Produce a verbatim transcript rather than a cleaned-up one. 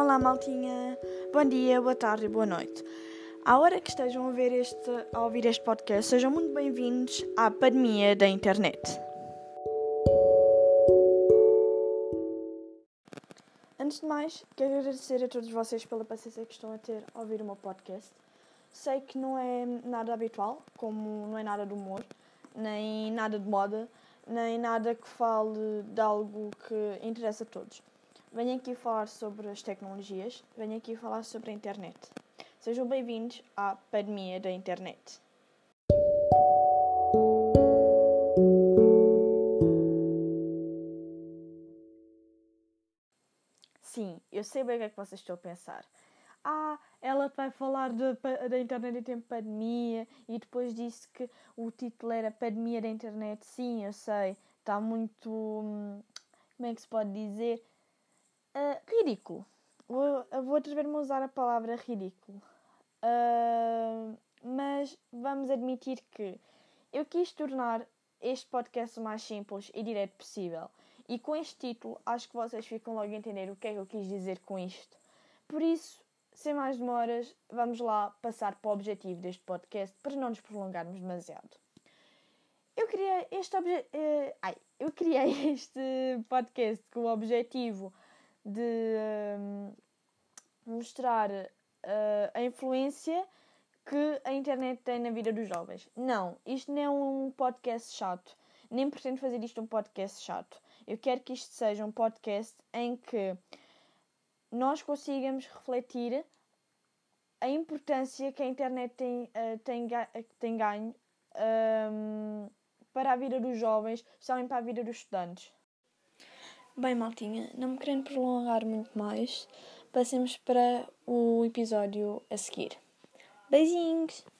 Olá, maltinha. Bom dia, boa tarde e boa noite. À hora que estejam a, ver este, a ouvir este podcast, sejam muito bem-vindos à pandemia da internet. Antes de mais, quero agradecer a todos vocês pela paciência que estão a ter a ouvir o meu podcast. Sei que não é nada habitual, como não é nada de humor, nem nada de moda, nem nada que fale de algo que interessa a todos. Venho aqui falar sobre as tecnologias, venho aqui falar sobre a internet. Sejam bem-vindos à pandemia da internet. Sim, eu sei bem o que é que vocês estão a pensar. Ah, ela vai falar de, da internet em tempo de pandemia e depois disse que o título era Pandemia da Internet. Sim, eu sei, está muito, hum, como é que se pode dizer, uh, ridículo. Vou, vou atrever-me a usar a palavra ridículo. Uh, mas vamos admitir que eu quis tornar este podcast o mais simples e direto possível. E com este título, acho que vocês ficam logo a entender o que é que eu quis dizer com isto. Por isso, sem mais demoras, vamos lá passar para o objetivo deste podcast para não nos prolongarmos demasiado. Eu criei este, obje- uh, ai, eu criei este podcast com o objetivo de uh, mostrar uh, a influência que a internet tem na vida dos jovens. Não, isto não é um podcast chato. Nem pretendo fazer isto um podcast chato. Eu quero que isto seja um podcast em que nós consigamos refletir a importância que a internet tem, uh, tem, tem ganho um, para a vida dos jovens, especialmente para a vida dos estudantes. Bem, maltinha, não me querendo prolongar muito mais, passemos para o episódio a seguir. Beijinhos!